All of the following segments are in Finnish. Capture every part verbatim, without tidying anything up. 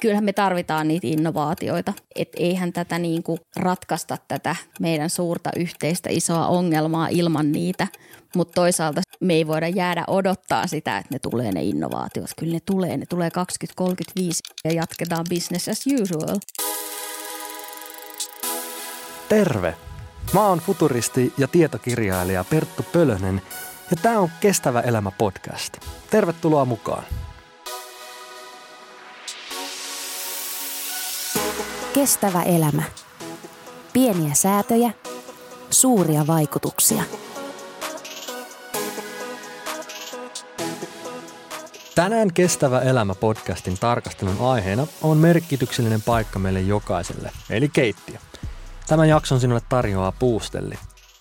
Kyllähän me tarvitaan niitä innovaatioita, että eihän tätä niin kuin ratkaista tätä meidän suurta yhteistä isoa ongelmaa ilman niitä, mutta toisaalta me ei voida jäädä odottaa sitä, että ne tulee ne innovaatiot. Kyllä ne tulee, ne tulee kaksikymmentä kolmekymmentäviisi ja jatketaan business as usual. Terve! Mä oon futuristi ja tietokirjailija Perttu Pölönen ja tää on Kestävä elämä podcast. Tervetuloa mukaan! Kestävä elämä. Pieniä säätöjä, suuria vaikutuksia. Tänään Kestävä elämä podcastin tarkastelun aiheena on merkityksellinen paikka meille jokaiselle, eli keittiö. Tämän jakson sinulle tarjoaa Puustelli.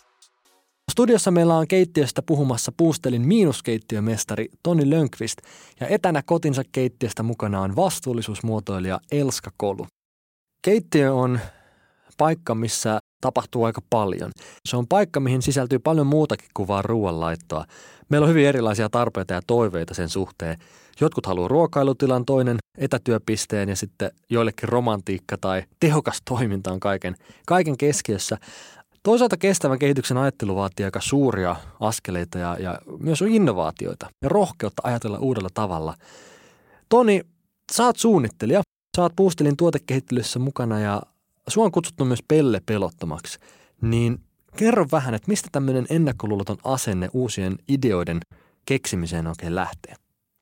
Studiossa meillä on keittiöstä puhumassa Puustellin miinuskeittiömestari Toni Lönnqvist ja etänä kotinsa keittiöstä mukana on vastuullisuusmuotoilija Elska Kolu. Keittiö on paikka, missä tapahtuu aika paljon. Se on paikka, mihin sisältyy paljon muutakin kuin vaan ruoanlaittoa. Meillä on hyvin erilaisia tarpeita ja toiveita sen suhteen. Jotkut haluaa ruokailutilan, toinen etätyöpisteen ja sitten joillekin romantiikka tai tehokas toiminta on kaiken, kaiken keskiössä. Toisaalta kestävän kehityksen ajattelu vaatii aika suuria askeleita ja, ja myös innovaatioita ja rohkeutta ajatella uudella tavalla. Toni, sä oot suunnittelija. Sä oot Puustellin tuotekehittelyssä mukana ja sua on kutsuttu myös pelle pelottomaksi. Niin kerro vähän, että mistä tämmöinen ennakkoluuloton asenne uusien ideoiden keksimiseen oikein lähtee?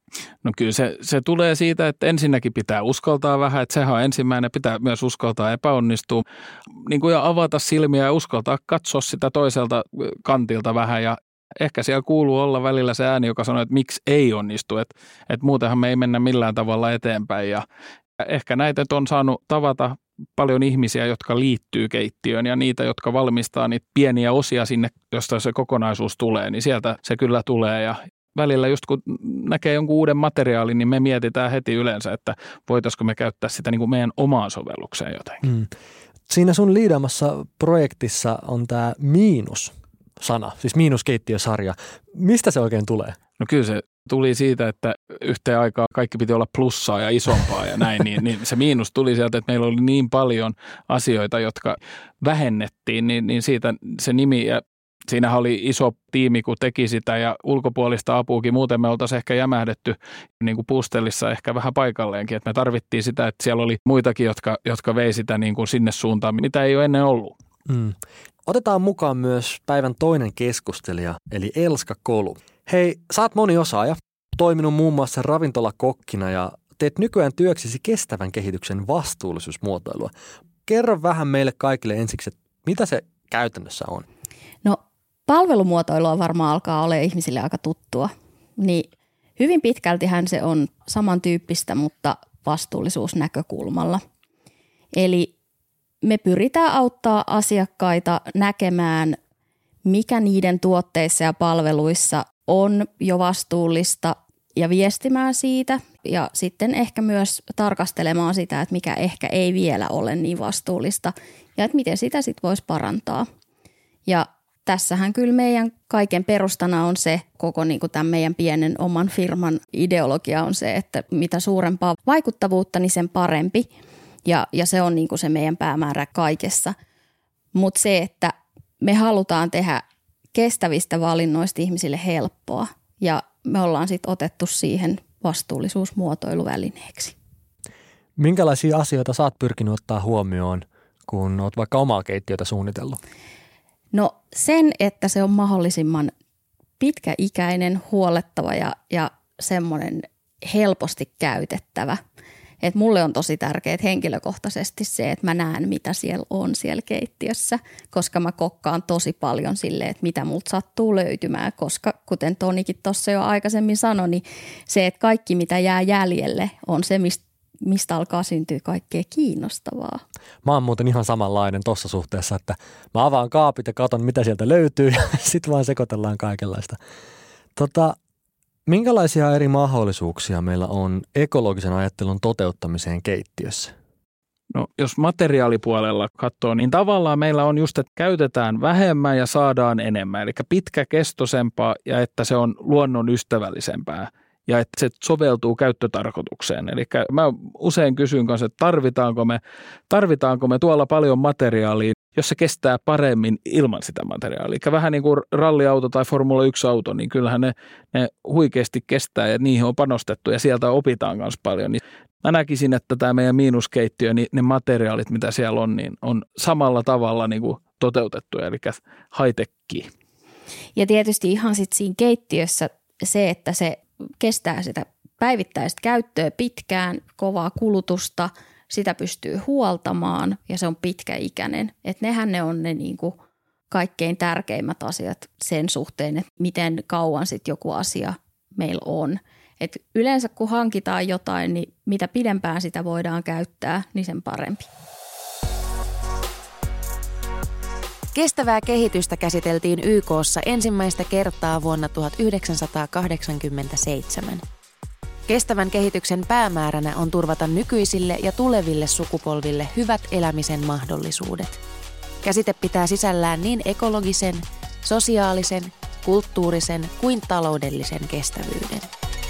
No kyllä se, se tulee siitä, että ensinnäkin pitää uskaltaa vähän, että sehän on ensimmäinen, pitää myös uskaltaa epäonnistua niin kuin ja avata silmiä ja uskaltaa katsoa sitä toiselta kantilta vähän ja ehkä siellä kuuluu olla välillä se ääni, joka sanoo, että miksi ei onnistu, että, että muutenhan me ei mennä millään tavalla eteenpäin ja ehkä näitä on saanut tavata paljon ihmisiä, jotka liittyy keittiöön ja niitä, jotka valmistaa niitä pieniä osia sinne, josta se kokonaisuus tulee, niin sieltä se kyllä tulee ja välillä just kun näkee jonkun uuden materiaalin, niin me mietitään heti yleensä, että voitaisiko me käyttää sitä niin kuin meidän omaan sovellukseen jotenkin. Mm. Siinä sun liidaamassa projektissa on tämä miinus-sana, siis miinuskeittiösarja. Mistä se oikein tulee? No kyllä se tuli siitä, että yhteen aikaan kaikki piti olla plussaa ja isompaa ja näin, niin, niin se miinus tuli sieltä, että meillä oli niin paljon asioita, jotka vähennettiin, niin, niin siitä se nimi ja siinähän oli iso tiimi, kun teki sitä ja ulkopuolista apuukin. Muuten me oltaisiin ehkä jämähdetty niin kuin Puustellissa ehkä vähän paikalleenkin, että me tarvittiin sitä, että siellä oli muitakin, jotka, jotka vei sitä niin kuin sinne suuntaan, mitä ei ole ennen ollut. Mm. Otetaan mukaan myös päivän toinen keskustelija, eli Elska Kolu. Hei, sä oot moniosaaja, toiminut muun muassa ravintolakokkina ja teet nykyään työksesi kestävän kehityksen vastuullisuusmuotoilua. Kerro vähän meille kaikille ensiksi, että mitä se käytännössä on? No palvelumuotoilua varmaan alkaa olla ihmisille aika tuttua, niin hyvin pitkältihän se on samantyyppistä, mutta vastuullisuusnäkökulmalla. Eli me pyritään auttaa asiakkaita näkemään, mikä niiden tuotteissa ja palveluissa on jo vastuullista ja viestimään siitä ja sitten ehkä myös tarkastelemaan sitä, että mikä ehkä ei vielä ole niin vastuullista ja että miten sitä sitten voisi parantaa. Ja tässähän kyllä meidän kaiken perustana on se, koko niin kuin tämän meidän pienen oman firman ideologia on se, että mitä suurempaa vaikuttavuutta, niin sen parempi. Ja, ja se on niin kuin se meidän päämäärä kaikessa. Mutta se, että me halutaan tehdä kestävistä valinnoista ihmisille helppoa ja me ollaan sitten otettu siihen vastuullisuusmuotoiluvälineeksi. Minkälaisia asioita sä oot pyrkinyt ottaa huomioon, kun oot vaikka omaa keittiötä suunnitellut? No sen, että se on mahdollisimman pitkäikäinen, huolettava ja, ja semmoinen helposti käytettävä. Et mulle on tosi tärkeää henkilökohtaisesti se, että mä näen, mitä siellä on siellä keittiössä, koska mä kokkaan tosi paljon silleen, että mitä multa sattuu löytymään, koska kuten Tonikin tuossa jo aikaisemmin sanoi, niin se, että kaikki mitä jää jäljelle on se, mistä mistä alkaa syntyä kaikkea kiinnostavaa. Mä oon muuten ihan samanlainen tuossa suhteessa, että mä avaan kaapit ja katon, mitä sieltä löytyy ja sitten vaan sekoitellaan kaikenlaista. Tota, minkälaisia eri mahdollisuuksia meillä on ekologisen ajattelun toteuttamiseen keittiössä? No jos materiaalipuolella katsoo, niin tavallaan meillä on just, että käytetään vähemmän ja saadaan enemmän. Eli pitkäkestoisempaa ja että se on luonnon ystävällisempää. ja että se soveltuu käyttötarkoitukseen. Eli mä usein kysyn kanssa, että tarvitaanko me, tarvitaanko me tuolla paljon materiaalia, jos se kestää paremmin ilman sitä materiaalia. Eli vähän niin kuin ralliauto tai Formula yksi-auto, niin kyllähän ne, ne huikeasti kestää ja niihin on panostettu ja sieltä opitaan myös paljon. Niin mä näkisin, että tämä meidän miinuskeittiö, niin ne materiaalit, mitä siellä on, niin on samalla tavalla niin kuin toteutettu, eli high-techia. Ja tietysti ihan sitten siinä keittiössä se, että se kestää sitä päivittäistä käyttöä pitkään, kovaa kulutusta, sitä pystyy huoltamaan ja se on pitkäikäinen. Että nehän ne on ne niinku kaikkein tärkeimmät asiat sen suhteen, että miten kauan sitten joku asia meillä on. Et yleensä kun hankitaan jotain, niin mitä pidempään sitä voidaan käyttää, niin sen parempi. Kestävää kehitystä käsiteltiin Y K:ssa ensimmäistä kertaa vuonna tuhatyhdeksänsataakahdeksankymmentäseitsemän. Kestävän kehityksen päämääränä on turvata nykyisille ja tuleville sukupolville hyvät elämisen mahdollisuudet. Käsite pitää sisällään niin ekologisen, sosiaalisen, kulttuurisen kuin taloudellisen kestävyyden.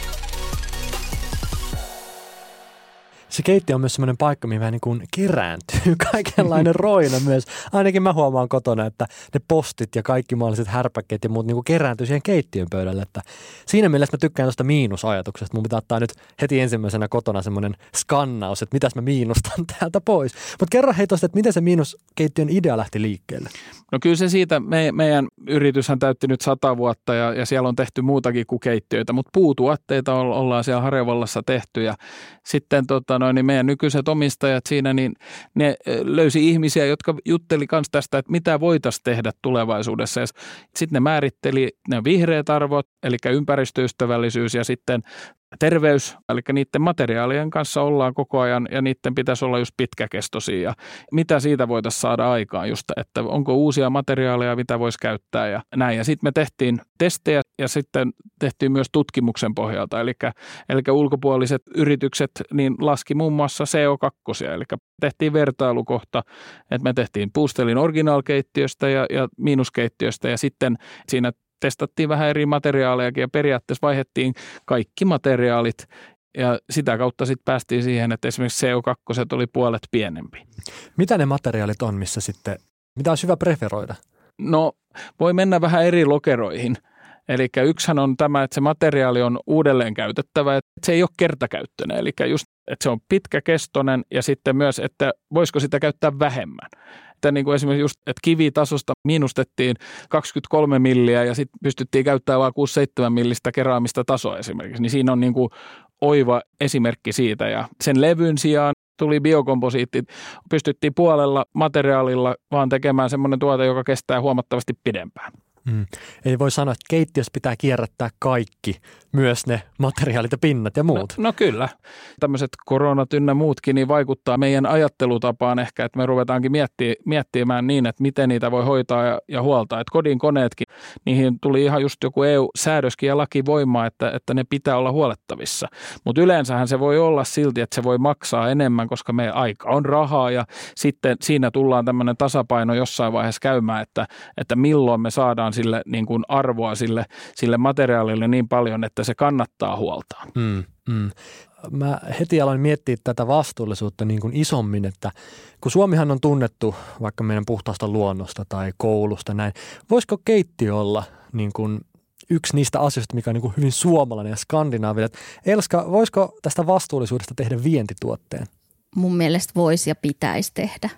Se keittiö on myös semmoinen paikka, mihin vähän niin kuin kerääntyy kaikenlainen roina myös. Ainakin mä huomaan kotona, että ne postit ja kaikki mahdolliset härpäkkeet ja muut niin kuin kerääntyy siihen keittiön pöydälle. Että siinä mielessä mä tykkään tuosta miinusajatuksesta. Mun pitää ottaa nyt heti ensimmäisenä kotona semmoinen skannaus, että mitäs mä miinustan täältä pois. Mutta kerro hei tuosta, että miten se miinuskeittiön idea lähti liikkeelle? No kyllä se siitä, me, meidän yrityshän täytti nyt sata vuotta ja, ja siellä on tehty muutakin kuin keittiöitä, mutta puutuotteita ollaan siellä Harjavallassa tehty ja sitten tota, no, niin meidän nykyiset omistajat siinä, niin ne löysi ihmisiä, jotka jutteli myös tästä, että mitä voitaisiin tehdä tulevaisuudessa. Sitten ne määritteli ne vihreät arvot, eli ympäristöystävällisyys ja sitten terveys, eli niiden materiaalien kanssa ollaan koko ajan ja niiden pitäisi olla just pitkäkestoisia. Ja mitä siitä voitaisiin saada aikaan just, että onko uusia materiaaleja, mitä voisi käyttää ja näin. Ja sitten me tehtiin testejä ja sitten tehtiin myös tutkimuksen pohjalta, eli, eli ulkopuoliset yritykset niin laski muun muassa C O kaksi, eli tehtiin vertailukohta, että me tehtiin Puustelin originaalkeittiöstä ja, ja miinuskeittiöstä ja sitten siinä testattiin vähän eri materiaalejakin ja periaatteessa vaihdettiin kaikki materiaalit ja sitä kautta sitten päästiin siihen, että esimerkiksi C O kaksi oli puolet pienempi. Mitä ne materiaalit on, missä sitten, mitä olisi hyvä preferoida? No voi mennä vähän eri lokeroihin. Eli yksihän on tämä, että se materiaali on uudelleen käytettävä, että se ei ole kertakäyttöinen. Eli just, että se on pitkäkestoinen ja sitten myös, että voisiko sitä käyttää vähemmän. Että niin kuin esimerkiksi just, että kivitasosta miinustettiin kaksikymmentäkolme milliä ja sitten pystyttiin käyttämään vain kuusi seitsemän millistä keraamista tasoa esimerkiksi. Niin siinä on niin kuin oiva esimerkki siitä ja sen levyn sijaan tuli biokomposiitti. Pystyttiin puolella materiaalilla vaan tekemään semmoinen tuote, joka kestää huomattavasti pidempään. Mm. Eli voi sanoa, että keittiössä pitää kierrättää kaikki, myös ne materiaalit ja pinnat ja muut. No, no kyllä. Tämmöiset koronat ynnä muutkin niin vaikuttaa meidän ajattelutapaan ehkä, että me ruvetaankin miettiä, miettimään niin, että miten niitä voi hoitaa ja, ja huoltaa. Että kodin koneetkin, niihin tuli ihan just joku E U-säädöskin ja laki voimaa, että, että ne pitää olla huolettavissa. Mutta yleensähän se voi olla silti, että se voi maksaa enemmän, koska meidän aika on rahaa ja sitten siinä tullaan tämmöinen tasapaino jossain vaiheessa käymään, että, että milloin me saadaan sille niin kuin arvoa sille, sille materiaalille niin paljon, että se kannattaa huoltaa. Mm, mm. Mä heti aloin miettiä tätä vastuullisuutta niin kuin isommin, että kun Suomihan on tunnettu vaikka meidän puhtaasta luonnosta tai koulusta näin, voisiko keittiö olla niin kuin yksi niistä asioista, mikä on niin kuin hyvin suomalainen ja skandinaavinen? Elska, voisiko tästä vastuullisuudesta tehdä vientituotteen? Mun mielestä voisi ja pitäisi tehdä.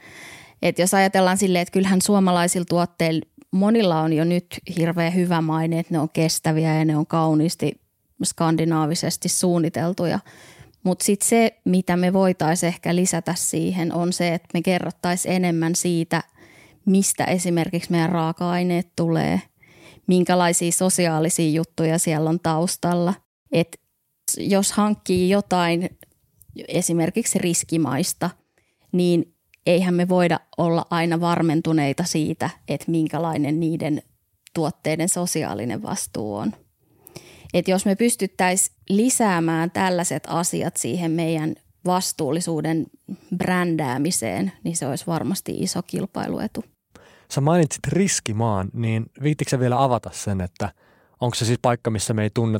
Et jos ajatellaan silleen, että kyllähän suomalaisilla tuotteilla monilla on jo nyt hirveän hyvä maine, että ne on kestäviä ja ne on kauniisti skandinaavisesti suunniteltuja. Mutta sitten se, mitä me voitaisiin ehkä lisätä siihen, on se, että me kerrottaisiin enemmän siitä, mistä esimerkiksi meidän raaka-aineet tulee, minkälaisia sosiaalisia juttuja siellä on taustalla. Et jos hankkii jotain esimerkiksi riskimaista, niin eihän me voida olla aina varmentuneita siitä, että minkälainen niiden tuotteiden sosiaalinen vastuu on. Et jos me pystyttäisiin lisäämään tällaiset asiat siihen meidän vastuullisuuden brändäämiseen, niin se olisi varmasti iso kilpailuetu. Sä mainitsit riskimaan, niin viittikö sä vielä avata sen, että onko se siis paikka, missä me ei tunneta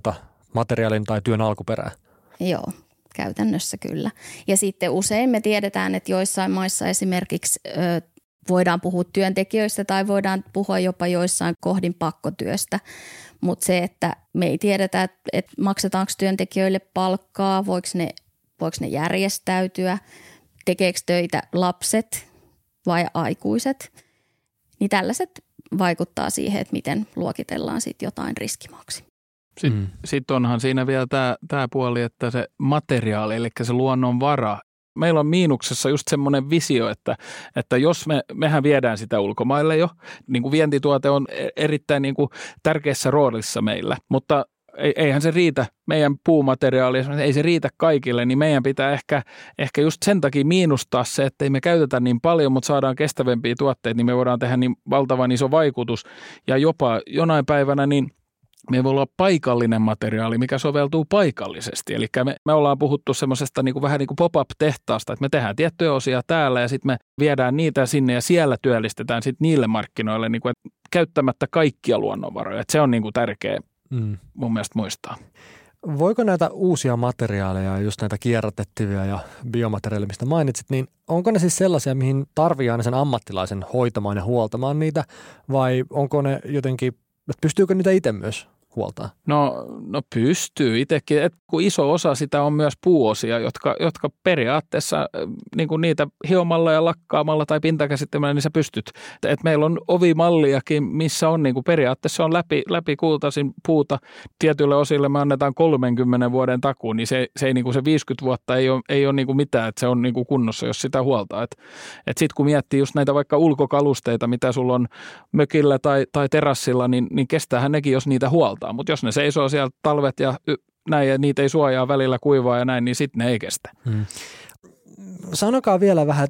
materiaalin tai työn alkuperää. Joo, käytännössä kyllä. Ja sitten usein me tiedetään, että joissain maissa esimerkiksi ö, voidaan puhua työntekijöistä tai voidaan puhua jopa joissain kohdin pakkotyöstä. Mutta se, että me ei tiedetä, että, että maksetaanko työntekijöille palkkaa, voiko ne, voiko ne järjestäytyä, tekeekö töitä lapset vai aikuiset, niin tällaiset vaikuttaa siihen, että miten luokitellaan sitten jotain riskimaaksi. Sitten mm. sit onhan siinä vielä tämä, tämä puoli, että se materiaali, eli se luonnonvara. Meillä on miinuksessa just semmoinen visio, että, että jos me, mehän viedään sitä ulkomaille jo, niin kuin vientituote on erittäin niin kuin tärkeässä roolissa meillä, mutta eihän se riitä meidän puumateriaali, ei se riitä kaikille, niin meidän pitää ehkä, ehkä just sen takia miinustaa se, että ei me käytetä niin paljon, mutta saadaan kestävämpiä tuotteita, niin me voidaan tehdä niin valtavan iso vaikutus ja jopa jonain päivänä niin me voi olla paikallinen materiaali, mikä soveltuu paikallisesti. Eli me, me ollaan puhuttu semmoisesta niin kuin vähän niin kuin pop-up-tehtaasta, että me tehdään tiettyjä osia täällä ja sitten me viedään niitä sinne ja siellä työllistetään sitten niille markkinoille niin kuin, käyttämättä kaikkia luonnonvaroja. Että se on niin kuin tärkeä mm. mun mielestä muistaa. Voiko näitä uusia materiaaleja, just näitä kierrätettäviä ja biomateriaaleja, mistä mainitsit, niin onko ne siis sellaisia, mihin tarvii aina sen ammattilaisen hoitamaan ja huoltamaan niitä vai onko ne jotenkin, pystyykö niitä itse myös huoltaa? No, no pystyy itsekin, et kun iso osa sitä on myös puuosia, jotka, jotka periaatteessa niin kuin niitä hiomalla ja lakkaamalla tai pintakäsittämällä, niin sä pystyt. Et meillä on ovimalliakin, missä on niin kuin periaatteessa on läpi, läpi kultaisin puuta. Tietyille osille me annetaan kolmenkymmenen vuoden takuun, niin se, se, ei, niin kuin se viisikymmentä vuotta ei ole, ei ole niin kuin mitään, että se on niin kuin kunnossa, jos sitä huoltaa. Et, et sitten kun miettii just näitä vaikka ulkokalusteita, mitä sulla on mökillä tai, tai terassilla, niin, niin kestäähän nekin, jos niitä huoltaa. Mutta jos ne seisoo siellä talvet ja näin ja niitä ei suojaa välillä kuivaa ja näin, niin sitten ne ei kestä. Hmm. Sanokaa vielä vähän,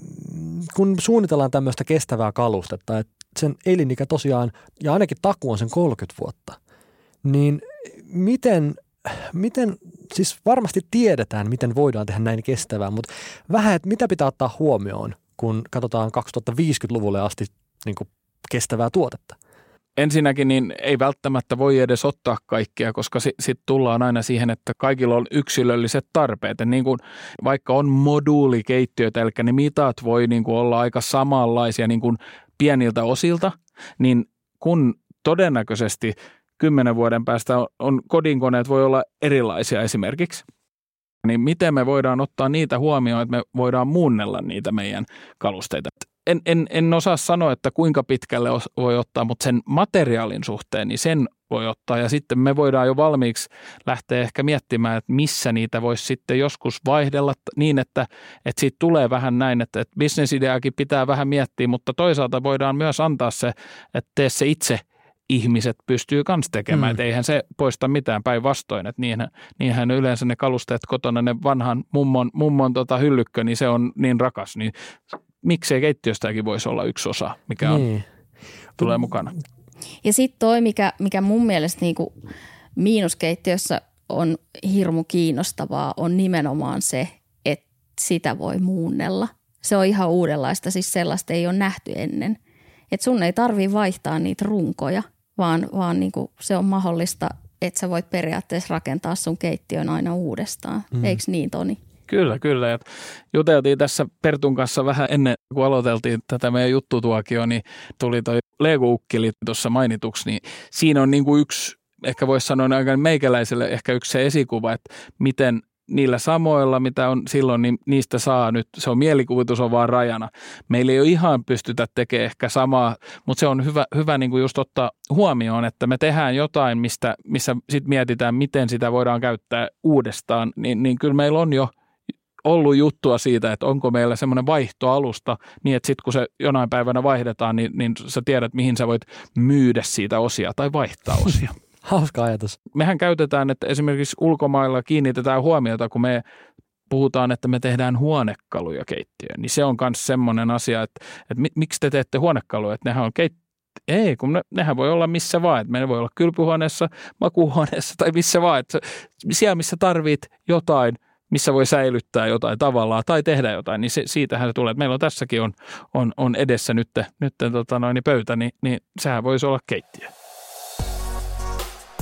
kun suunnitellaan tämmöistä kestävää kalustetta, että sen elinikä tosiaan, ja ainakin takuu on sen kolmekymmentä vuotta, niin miten, miten, siis varmasti tiedetään, miten voidaan tehdä näin kestävää, mutta vähän, että mitä pitää ottaa huomioon, kun katsotaan kaksituhattaviisikymmentäluvulle asti niin kuin kestävää tuotetta? Ensinnäkin niin ei välttämättä voi edes ottaa kaikkea, koska sitten sit tullaan aina siihen, että kaikilla on yksilölliset tarpeet. Ja niin kuin vaikka on moduulikeittiöitä, eli ne mitat voi niin kuin olla aika samanlaisia niin kuin pieniltä osilta, niin kun todennäköisesti kymmenen vuoden päästä on, on kodinkoneet voi olla erilaisia esimerkiksi, niin miten me voidaan ottaa niitä huomioon, että me voidaan muunnella niitä meidän kalusteita. En, en, en osaa sanoa, että kuinka pitkälle voi ottaa, mutta sen materiaalin suhteen, niin sen voi ottaa. Ja sitten me voidaan jo valmiiksi lähteä ehkä miettimään, että missä niitä voisi sitten joskus vaihdella niin, että, että siitä tulee vähän näin, että, että bisnesideakin pitää vähän miettiä, mutta toisaalta voidaan myös antaa se, että tee se itse ihmiset pystyy kans tekemään, mm. että eihän se poista mitään päinvastoin, että niinhän, niinhän yleensä ne kalusteet kotona, ne vanhan mummon, mummon tota hyllykkö, niin se on niin rakas, niin miksei keittiöstäkin voisi olla yksi osa, mikä on, niin. tulee mukana. Ja sitten toi, mikä, mikä mun mielestä niinku miinuskeittiössä on hirmu kiinnostavaa, on nimenomaan se, että sitä voi muunnella. Se on ihan uudenlaista, siis sellaista ei ole nähty ennen. Että sun ei tarvitse vaihtaa niitä runkoja, vaan, vaan niinku se on mahdollista, että sä voit periaatteessa rakentaa sun keittiön aina uudestaan. Mm. Eikö niin, Toni? Kyllä, kyllä. Ja juteltiin tässä Pertun kanssa vähän ennen, kun aloiteltiin tätä meidän juttutuokio, niin tuli toi Lego-ukkeli tuossa mainituksi, niin siinä on niin kuin yksi, ehkä voisi sanoa aika meikäläiselle ehkä yksi se esikuva, että miten niillä samoilla, mitä on silloin, niin niistä saa nyt, se on mielikuvitus on vaan rajana. Meillä ei ole ihan pystytä tekemään ehkä samaa, mutta se on hyvä, hyvä niin kuin just ottaa huomioon, että me tehdään jotain, mistä, missä sitten mietitään, miten sitä voidaan käyttää uudestaan, niin, niin kyllä meillä on jo ollut juttua siitä, että onko meillä semmoinen vaihtoalusta niin, että sitten kun se jonain päivänä vaihdetaan, niin, niin sä tiedät, mihin sä voit myydä siitä osia tai vaihtaa osia. Hauska ajatus. Mehän käytetään, että esimerkiksi ulkomailla kiinnitetään huomiota, kun me puhutaan, että me tehdään huonekaluja keittiöön, niin se on myös semmoinen asia, että, että miksi te teette huonekaluja, että nehän on keittiö. Ei, kun ne, nehän voi olla missä vaan, että ne voi olla kylpyhuoneessa, makuuhuoneessa tai missä vaan, että siellä missä tarvit jotain, missä voi säilyttää jotain tavallaan tai tehdä jotain, niin se, siitähän se tulee. Että meillä on tässäkin on, on, on edessä nyt, nyt tota noin, pöytä, niin, niin sehän voisi olla keittiö.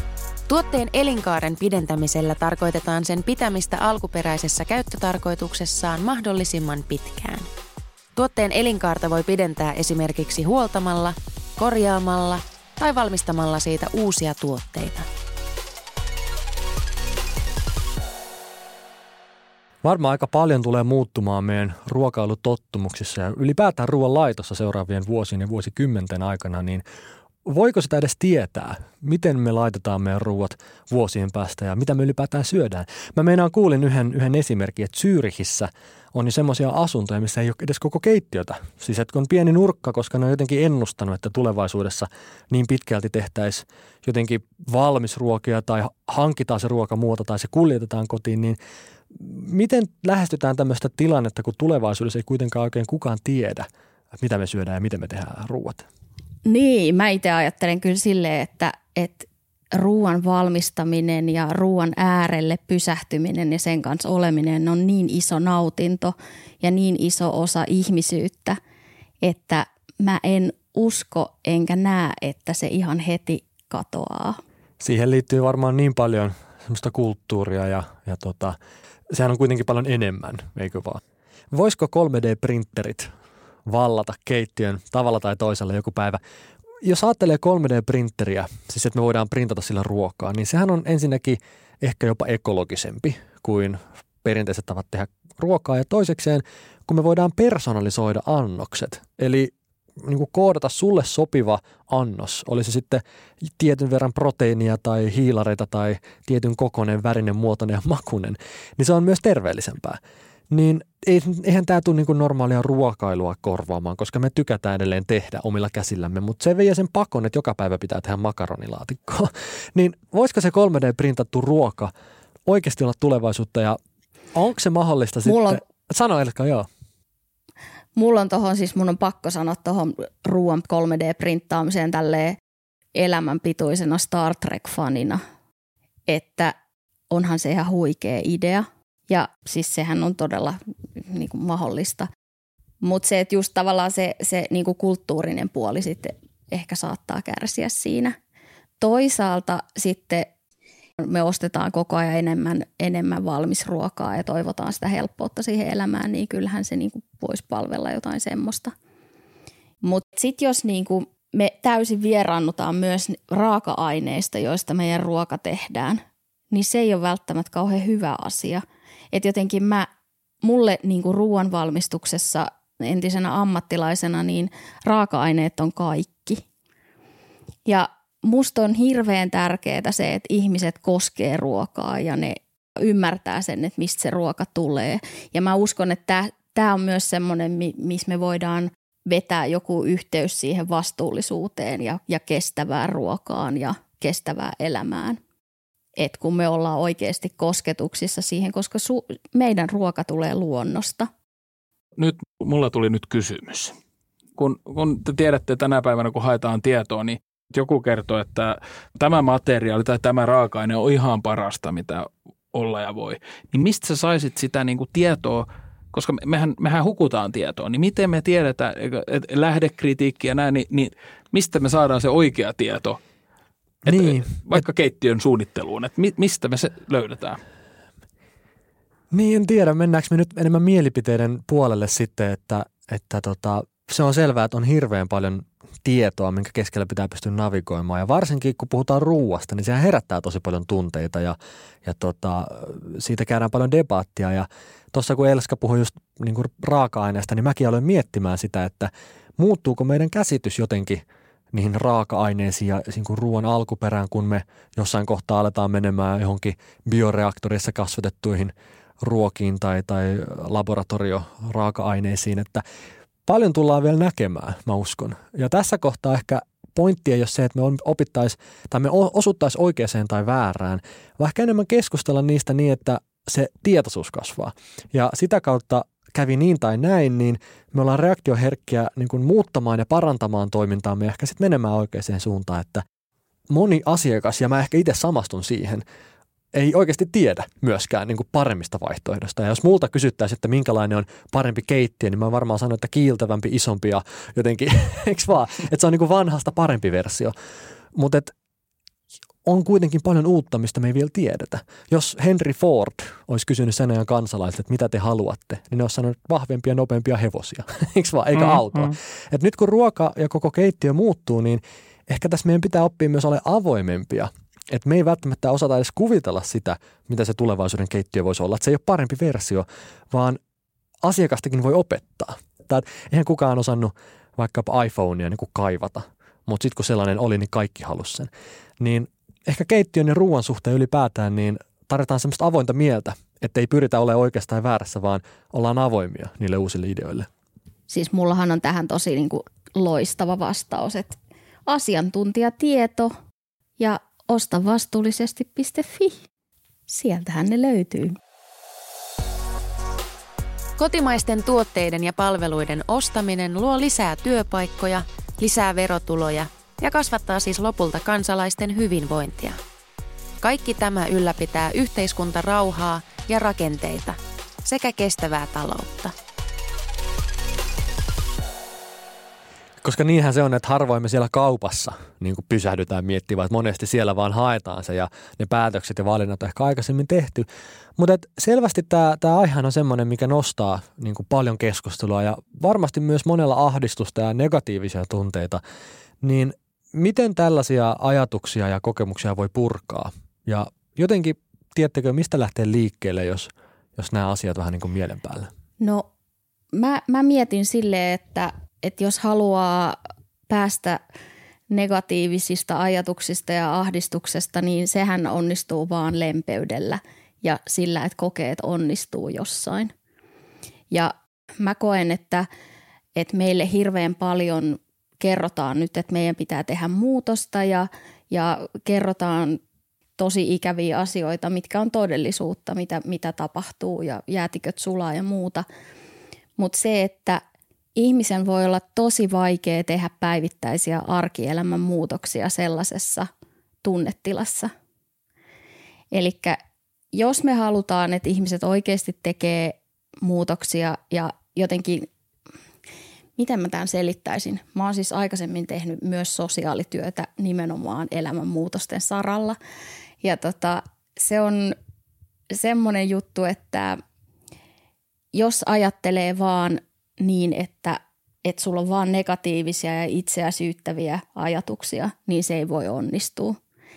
Tuotteen elinkaaren pidentämisellä tarkoitetaan sen pitämistä alkuperäisessä käyttötarkoituksessaan mahdollisimman pitkään. Tuotteen elinkaarta voi pidentää esimerkiksi huoltamalla, korjaamalla tai valmistamalla siitä uusia tuotteita. Varmaan aika paljon tulee muuttumaan meidän ruokailutottumuksissa ja ylipäätään ruoan laitossa seuraavien vuosien ja vuosikymmenten aikana, niin voiko sitä edes tietää, miten me laitetaan meidän ruoat vuosien päästä ja mitä me ylipäätään syödään? Mä meinaan kuulin yhden, yhden esimerkin, että Zürichissä on jo semmoisia asuntoja, missä ei ole edes koko keittiötä. Siis että on pieni nurkka, koska ne on jotenkin ennustanut, että tulevaisuudessa niin pitkälti tehtäisiin jotenkin valmisruokia tai hankitaan se ruoka muuta tai se kuljetetaan kotiin, niin miten lähestytään tämmöistä tilannetta, kun tulevaisuudessa ei kuitenkaan oikein kukaan tiedä, mitä me syödään ja miten me tehdään ruoat? Niin, mä itse ajattelen kyllä silleen, että, että ruoan valmistaminen ja ruoan äärelle pysähtyminen ja sen kanssa oleminen on niin iso nautinto ja niin iso osa ihmisyyttä, että mä en usko enkä näe, että se ihan heti katoaa. Siihen liittyy varmaan niin paljon semmoista kulttuuria ja, ja tota, sehän on kuitenkin paljon enemmän, eikö vaan? Voisiko kolme D-printerit vallata keittiön tavalla tai toisella joku päivä? Jos ajattelee kolme D-printeriä, siis että me voidaan printata sillä ruokaa, niin sehän on ensinnäkin ehkä jopa ekologisempi kuin perinteiset tavat tehdä ruokaa. Ja toisekseen, kun me voidaan personalisoida annokset, eli niin kuin koodata sulle sopiva annos, oli se sitten tietyn verran proteiinia tai hiilareita tai tietyn kokoinen, värinen, muotoinen ja makuinen, niin se on myös terveellisempää. Niin eihän tämä tule niin normaalia ruokailua korvaamaan, koska me tykätään edelleen tehdä omilla käsillämme, mutta se vie sen pakon, että joka päivä pitää tehdä makaronilaatikkoa. Niin voisiko se kolme D-printattu ruoka oikeasti olla tulevaisuutta ja onko se mahdollista Mulla sitten? On... Sano Elska, joo. Mulla on tohon, siis mun on pakko sanoa tuohon ruoan kolme D-printtaamiseen tälleen elämänpituisena Star Trek-fanina, että onhan se ihan huikea idea. Ja siis sehän on todella niin kuin mahdollista. Mutta se, että just tavallaan se, se niin kuin kulttuurinen puoli sitten ehkä saattaa kärsiä siinä. Toisaalta sitten me ostetaan koko ajan enemmän, enemmän valmisruokaa ja toivotaan sitä helppoutta siihen elämään, niin kyllähän se niin kuin voisi palvella jotain semmoista. Mutta sitten jos niin kuin me täysin vieraannutaan myös raaka-aineista, joista meidän ruoka tehdään, niin se ei ole välttämättä kauhean hyvä asia. Että jotenkin mä, mulle niin kuin ruoan valmistuksessa entisenä ammattilaisena, niin raaka-aineet on kaikki. Ja musta on hirveän tärkeää se, että ihmiset koskee ruokaa ja ne ymmärtää sen, että mistä se ruoka tulee. Ja mä uskon, että tämä on myös semmoinen, missä me voidaan vetää joku yhteys siihen vastuullisuuteen ja, ja kestävään ruokaan ja kestävään elämään. Että kun me ollaan oikeasti kosketuksissa siihen, koska su- meidän ruoka tulee luonnosta. Nyt mulla tuli nyt kysymys. Kun, kun te tiedätte tänä päivänä, kun haetaan tietoa, niin joku kertoo, että tämä materiaali tai tämä raaka-aine on ihan parasta, mitä olla ja voi. Niin mistä sä saisit sitä niin kuin tietoa, koska mehän, mehän hukutaan tietoa, niin miten me tiedetään, että lähdekritiikki ja näin, niin, niin mistä me saadaan se oikea tieto? Että niin, vaikka et, keittiön suunnitteluun, että mi, mistä me se löydetään? Niin, en tiedä. Mennäänkö me nyt enemmän mielipiteiden puolelle sitten, että, että tota, se on selvää, että on hirveän paljon tietoa, minkä keskellä pitää pystyä navigoimaan. Ja varsinkin, kun puhutaan ruuasta, niin sehän herättää tosi paljon tunteita ja, ja tota, siitä käydään paljon debattia. Ja tuossa kun Elska puhui just niin kuin raaka-aineesta, niin mäkin aloin miettimään sitä, että muuttuuko meidän käsitys jotenkin niihin raaka-aineisiin ja niin kuin ruoan alkuperään, kun me jossain kohtaa aletaan menemään johonkin bioreaktorissa kasvatettuihin ruokiin tai, tai laboratorio-raaka-aineisiin, että paljon tullaan vielä näkemään, mä uskon. Ja tässä kohtaa ehkä pointti ei ole se, että me opittaisiin tai me osuttaisiin oikeaan tai väärään, vaan ehkä enemmän keskustella niistä niin, että se tietoisuus kasvaa. Ja sitä kautta kävi niin tai näin, niin me ollaan reaktioherkkiä niin kuin muuttamaan ja parantamaan toimintaamme ja ehkä sitten menemään oikeaan suuntaan, että moni asiakas, ja mä ehkä itse samastun siihen, ei oikeasti tiedä myöskään niin kuin paremmista vaihtoehdosta. Ja jos multa kysyttäisiin, että minkälainen on parempi keittiö, niin mä varmaan sanon, että kiiltävämpi, isompi ja jotenkin, eikö vaan, että se on niin kuin vanhasta parempi versio. Mutta on kuitenkin paljon uutta, mistä me ei vielä tiedetä. Jos Henry Ford olisi kysynyt sen ajan kansalaiset, että mitä te haluatte, niin ne olisi sanonut vahvempia, nopeampia hevosia, eikö vaan, eikä mm, autoa. Mm. Et nyt kun ruoka ja koko keittiö muuttuu, niin ehkä tässä meidän pitää oppia myös olla avoimempia. Että me ei välttämättä osata edes kuvitella sitä, mitä se tulevaisuuden keittiö voisi olla. Että se ei ole parempi versio, vaan asiakastakin voi opettaa. Tai eihän kukaan osannut vaikkapa iPhonea niin kuin kaivata, mutta sitten kun sellainen oli, niin kaikki halusi sen. Niin ehkä keittiön ja ruoan suhteen ylipäätään niin tarvitaan semmoista avointa mieltä, että ei pyritä olemaan oikeastaan väärässä, vaan ollaan avoimia niille uusille ideoille. Siis mullahan on tähän tosi niin kuin loistava vastaus, että asiantuntijatieto ja osta vastuullisesti piste fi. Sieltähän ne löytyy. Kotimaisten tuotteiden ja palveluiden ostaminen luo lisää työpaikkoja, lisää verotuloja ja kasvattaa siis lopulta kansalaisten hyvinvointia. Kaikki tämä ylläpitää yhteiskuntarauhaa ja rakenteita sekä kestävää taloutta. Koska niinhän se on, että harvoin me siellä kaupassa niin kuin pysähdytään miettimään, että monesti siellä vaan haetaan se ja ne päätökset ja valinnat on ehkä aikaisemmin tehty. Mutta selvästi tämä, tämä aihe on semmoinen, mikä nostaa niin kuin paljon keskustelua ja varmasti myös monella ahdistusta ja negatiivisia tunteita. Niin miten tällaisia ajatuksia ja kokemuksia voi purkaa? Ja jotenkin, tiedättekö, mistä lähtee liikkeelle, jos, jos nämä asiat vähän niin kuin mielen päällä? No mä, mä mietin silleen, että että jos haluaa päästä negatiivisista ajatuksista ja ahdistuksesta, niin sehän onnistuu vaan lempeydellä ja sillä, että kokeet onnistuu jossain. Ja mä koen, että, että meille hirveän paljon kerrotaan nyt, että meidän pitää tehdä muutosta ja, ja kerrotaan tosi ikäviä asioita, mitkä on todellisuutta, mitä, mitä tapahtuu ja jäätiköt sulaa ja muuta. Mutta se, että ihmisen voi olla tosi vaikea tehdä päivittäisiä arkielämän muutoksia sellaisessa tunnetilassa. Eli jos me halutaan, että ihmiset oikeasti tekee muutoksia ja jotenkin, miten mä tämän selittäisin? Mä oon siis aikaisemmin tehnyt myös sosiaalityötä nimenomaan elämänmuutosten saralla. Ja tota, se on semmoinen juttu, että jos ajattelee vaan niin, että, että sulla on vaan negatiivisia ja itseä syyttäviä ajatuksia, niin se ei voi onnistua.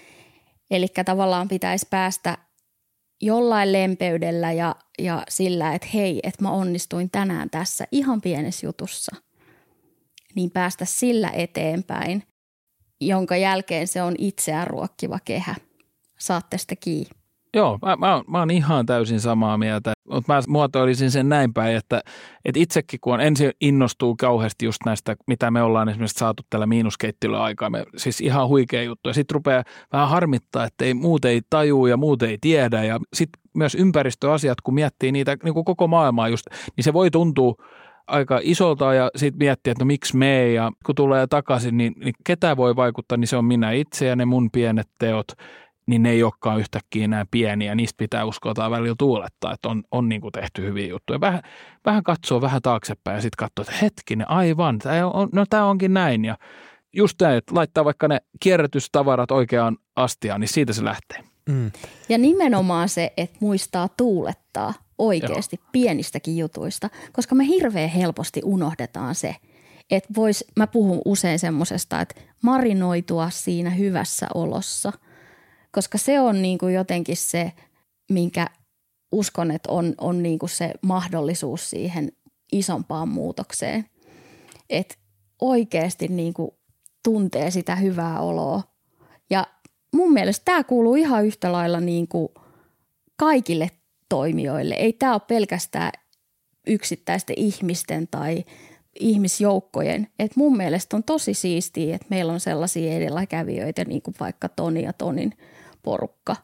Eli tavallaan pitäisi päästä jollain lempeydellä ja, ja sillä, että hei, että mä onnistuin tänään tässä ihan pienessä jutussa, niin päästä sillä eteenpäin, jonka jälkeen se on itseään ruokkiva kehä. Saatte sitä kiinni. Joo, mä, mä, oon, mä oon ihan täysin samaa mieltä, mutta mä muotoilisin sen näin päin, että, että itsekin kun on ensin innostuu kauheasti just näistä, mitä me ollaan esimerkiksi saatu tällä miinuskeittiöllä aikaa, me, siis ihan huikea juttu ja sitten rupeaa vähän harmittaa, että ei, muut ei tajuu ja muut ei tiedä ja sitten myös ympäristöasiat, kun miettii niitä niin kuin koko maailmaa just, niin se voi tuntua aika isolta ja sitten miettiä, että no miksi me ja kun tulee takaisin, niin, niin ketä voi vaikuttaa, niin se on minä itse ja ne mun pienet teot. Niin ne ei olekaan yhtäkkiä enää pieniä. Niistä pitää uskaltaa välillä tuulettaa, että on, on niin kuin tehty hyviä juttuja. Vähän, vähän katsoo vähän taaksepäin ja sitten katsoo, että hetkinen, aivan, tämä on, no tämä onkin näin. Ja just näin, että laittaa vaikka ne kierrätystavarat oikeaan astiaan, niin siitä se lähtee. Mm. Ja nimenomaan se, että muistaa tuulettaa oikeasti Joo. pienistäkin jutuista, koska me hirveän helposti unohdetaan se, että vois, mä puhun usein semmosesta, että marinoitua siinä hyvässä olossa – koska se on niin kuin jotenkin se, minkä uskon, että on, on niin kuin se mahdollisuus siihen isompaan muutokseen. Että oikeasti niin kuin tuntee sitä hyvää oloa. Ja mun mielestä tämä kuuluu ihan yhtä lailla niin kuin kaikille toimijoille. Ei tämä ole pelkästään yksittäisten ihmisten tai ihmisjoukkojen. Et mun mielestä on tosi siistiä, että meillä on sellaisia edelläkävijöitä, niin kuin vaikka Toni ja Tonin porukka.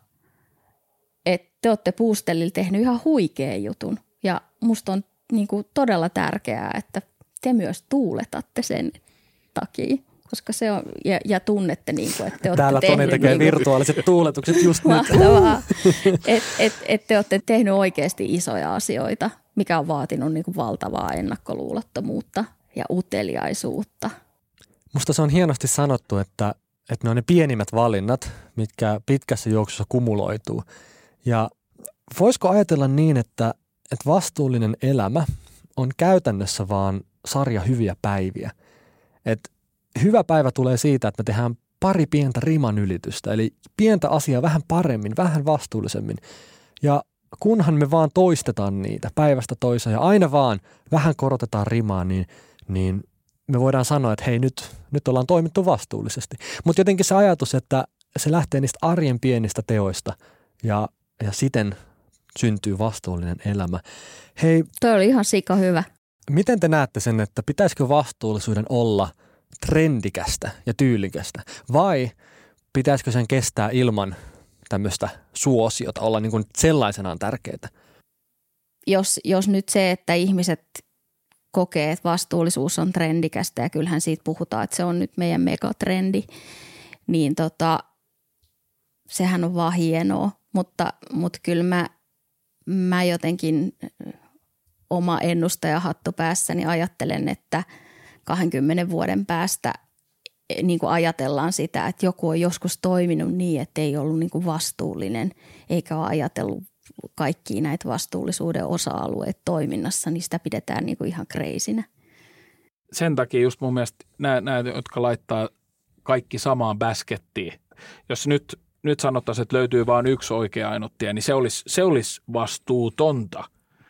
Että te olette Puustellilla tehnyt ihan huikean jutun ja musta on niin kuin todella tärkeää, että te myös tuuletatte sen takia, koska se on, ja, ja tunnette niin kuin, että te olette Täällä Toni tekee niin virtuaaliset tuuletukset just nyt. Mahtavaa, että et, et te olette tehnyt oikeasti isoja asioita, mikä on vaatinut niin kuin valtavaa ennakkoluulottomuutta ja uteliaisuutta. Musta se on hienosti sanottu, että että ne on ne pienimmät valinnat, mitkä pitkässä juoksussa kumuloituu. Ja voisiko ajatella niin, että, että vastuullinen elämä on käytännössä vaan sarja hyviä päiviä. Että hyvä päivä tulee siitä, että me tehdään pari pientä riman ylitystä, eli pientä asiaa vähän paremmin, vähän vastuullisemmin. Ja kunhan me vaan toistetaan niitä päivästä toiseen ja aina vaan vähän korotetaan rimaa, niin, niin me voidaan sanoa, että hei nyt, nyt ollaan toimittu vastuullisesti. Mutta jotenkin se ajatus, että se lähtee niistä arjen pienistä teoista ja, ja siten syntyy vastuullinen elämä. Hei, toi oli ihan sika hyvä. Miten te näette sen, että pitäisikö vastuullisuuden olla trendikästä ja tyylikästä vai pitäisikö sen kestää ilman tämmöistä suosiota, olla niin kuin sellaisenaan tärkeää? Jos, jos nyt se, että ihmiset kokee, että vastuullisuus on trendikästä ja kyllähän siitä puhutaan, että se on nyt meidän megatrendi, niin tota, sehän on vaan hienoa, mutta, mutta kyllä mä, mä jotenkin oma ennustajahattu päässäni ajattelen, että kahdenkymmenen vuoden päästä niin kuin ajatellaan sitä, että joku on joskus toiminut niin, että ei ollut niin kuin vastuullinen eikä ole ajatellut kaikkia näitä vastuullisuuden osa-alueita toiminnassa, niin sitä pidetään niin kuin ihan crazinä. Sen takia just mun mielestä nämä, nämä jotka laittaa kaikki samaan baskettiin. Jos nyt, nyt sanottaisiin, että löytyy vain yksi oikea ainut tie, niin se olisi, se olisi vastuutonta.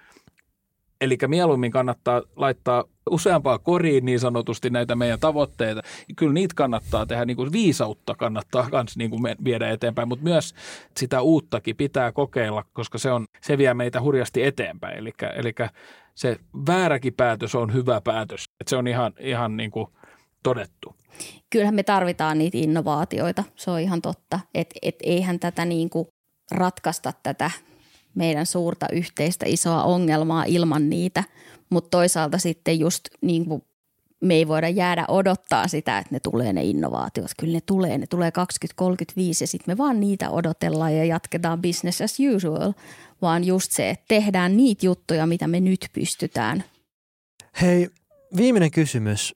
Eli mieluummin kannattaa laittaa useampaa koriin niin sanotusti näitä meidän tavoitteita. Kyllä niitä kannattaa tehdä, niin kuin viisautta kannattaa myös niin kuin viedä eteenpäin, mutta myös sitä uuttakin pitää kokeilla, koska se, on, se vie meitä hurjasti eteenpäin. Eli, eli se vääräkin päätös on hyvä päätös, että se on ihan, ihan niin kuin todettu. Kyllähän me tarvitaan niitä innovaatioita, se on ihan totta, että et eihän tätä niin kuin ratkaista tätä meidän suurta yhteistä isoa ongelmaa ilman niitä, mutta toisaalta sitten just niin kuin me ei voida jäädä odottaa sitä, että ne tulee ne innovaatiot. Kyllä ne tulee, ne tulee kaksikymmentä kolmekymmentäviisi ja sitten me vaan niitä odotellaan ja jatketaan business as usual, vaan just se, että tehdään niitä juttuja, mitä me nyt pystytään. Hei, viimeinen kysymys.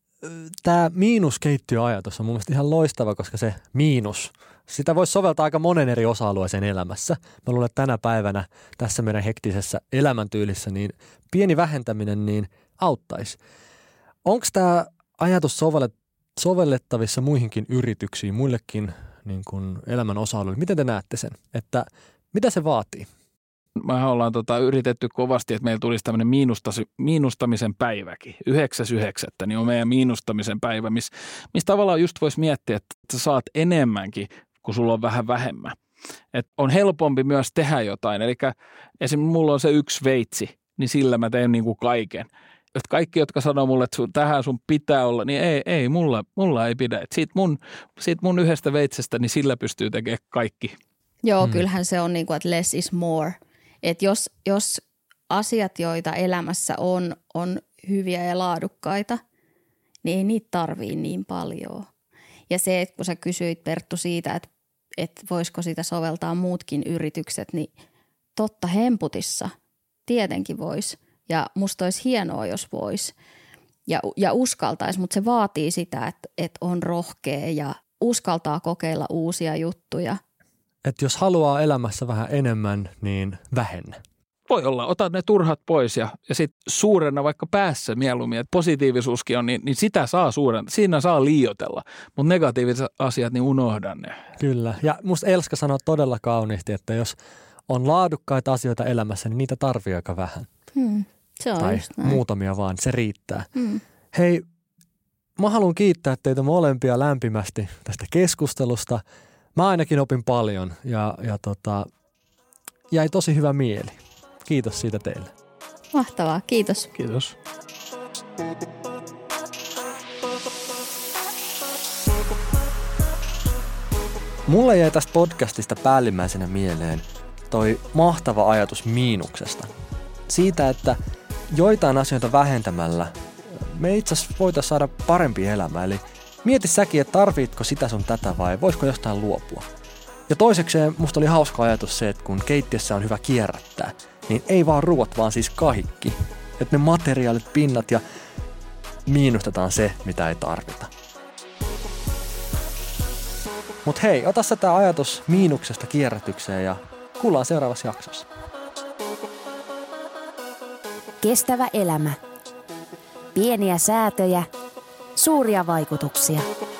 Tämä miinuskeittiöajatus on mun mielestä ihan loistava, koska se miinus, sitä voisi soveltaa aika monen eri osa-alueeseen elämässä. Mä luulen, että tänä päivänä tässä meidän hektisessä elämäntyylissä niin pieni vähentäminen niin auttaisi. Onko tämä ajatus sovellettavissa muihinkin yrityksiin, muillekin niin kuin elämän osa-alueille? Miten te näette sen? Että mitä se vaatii? Mehän ollaan tota, yritetty kovasti, että meillä tulisi tämmöinen miinustamisen päiväkin. yhdeksäs yhdeksättä niin on meidän miinustamisen päivä, missä miss tavallaan just voisi miettiä, että sä saat enemmänkin, kun sulla on vähän vähemmän. Et on helpompi myös tehdä jotain. Eli esimerkiksi mulla on se yksi veitsi, niin sillä mä teen niin kuin kaiken. Et kaikki, jotka sanoo mulle, että sun, tähän sun pitää olla, niin ei, ei mulla, mulla ei pidä. Et siitä, mun, siitä mun yhdestä veitsestä, niin sillä pystyy tekemään kaikki. Joo, hmm. kyllähän se on niin kuin, että less is more. Että jos, jos asiat, joita elämässä on, on hyviä ja laadukkaita, niin ei niitä tarvii niin paljon. Ja se, että kun sä kysyit Perttu siitä, että, että voisiko sitä soveltaa muutkin yritykset, niin totta hemputissa tietenkin voisi. Ja musta olisi hienoa, jos voisi ja, ja uskaltaisi, mutta se vaatii sitä, että, että on rohkea ja uskaltaa kokeilla uusia juttuja. Että jos haluaa elämässä vähän enemmän, niin vähennä. Voi olla, ota ne turhat pois ja, ja sitten suurenna vaikka päässä mieluummin, että positiivisuuskin on, niin, niin sitä saa suurenna, siinä saa liioitella, mutta negatiiviset asiat, niin unohda ne. Kyllä, ja musta Elska sanoo todella kauniisti, että jos on laadukkaita asioita elämässä, niin niitä tarvii aika vähän. Hmm. Se on tai just näin. Muutamia vaan, se riittää. Hmm. Hei, mä haluan kiittää teitä molempia lämpimästi tästä keskustelusta. Mä ainakin opin paljon ja, ja tota, jäi tosi hyvä mieli. Kiitos siitä teille. Mahtavaa, kiitos. Kiitos. Mulle jäi tästä podcastista päällimmäisenä mieleen toi mahtava ajatus miinuksesta. Siitä, että joitain asioita vähentämällä me itse asiassa voitaisiin saada parempi elämä. Eli mieti säkin, että tarvitko sitä sun tätä vai voisiko jostain luopua. Ja toisekseen musta oli hauska ajatus se, että kun keittiössä on hyvä kierrättää, niin ei vaan ruuat, vaan siis kaikki. Että ne materiaalit, pinnat ja miinustetaan se, mitä ei tarvita. Mutta hei, ota sä tää ajatus miinuksesta kierrätykseen ja kuullaan seuraavassa jaksossa. Kestävä elämä. Pieniä säätöjä, suuria vaikutuksia.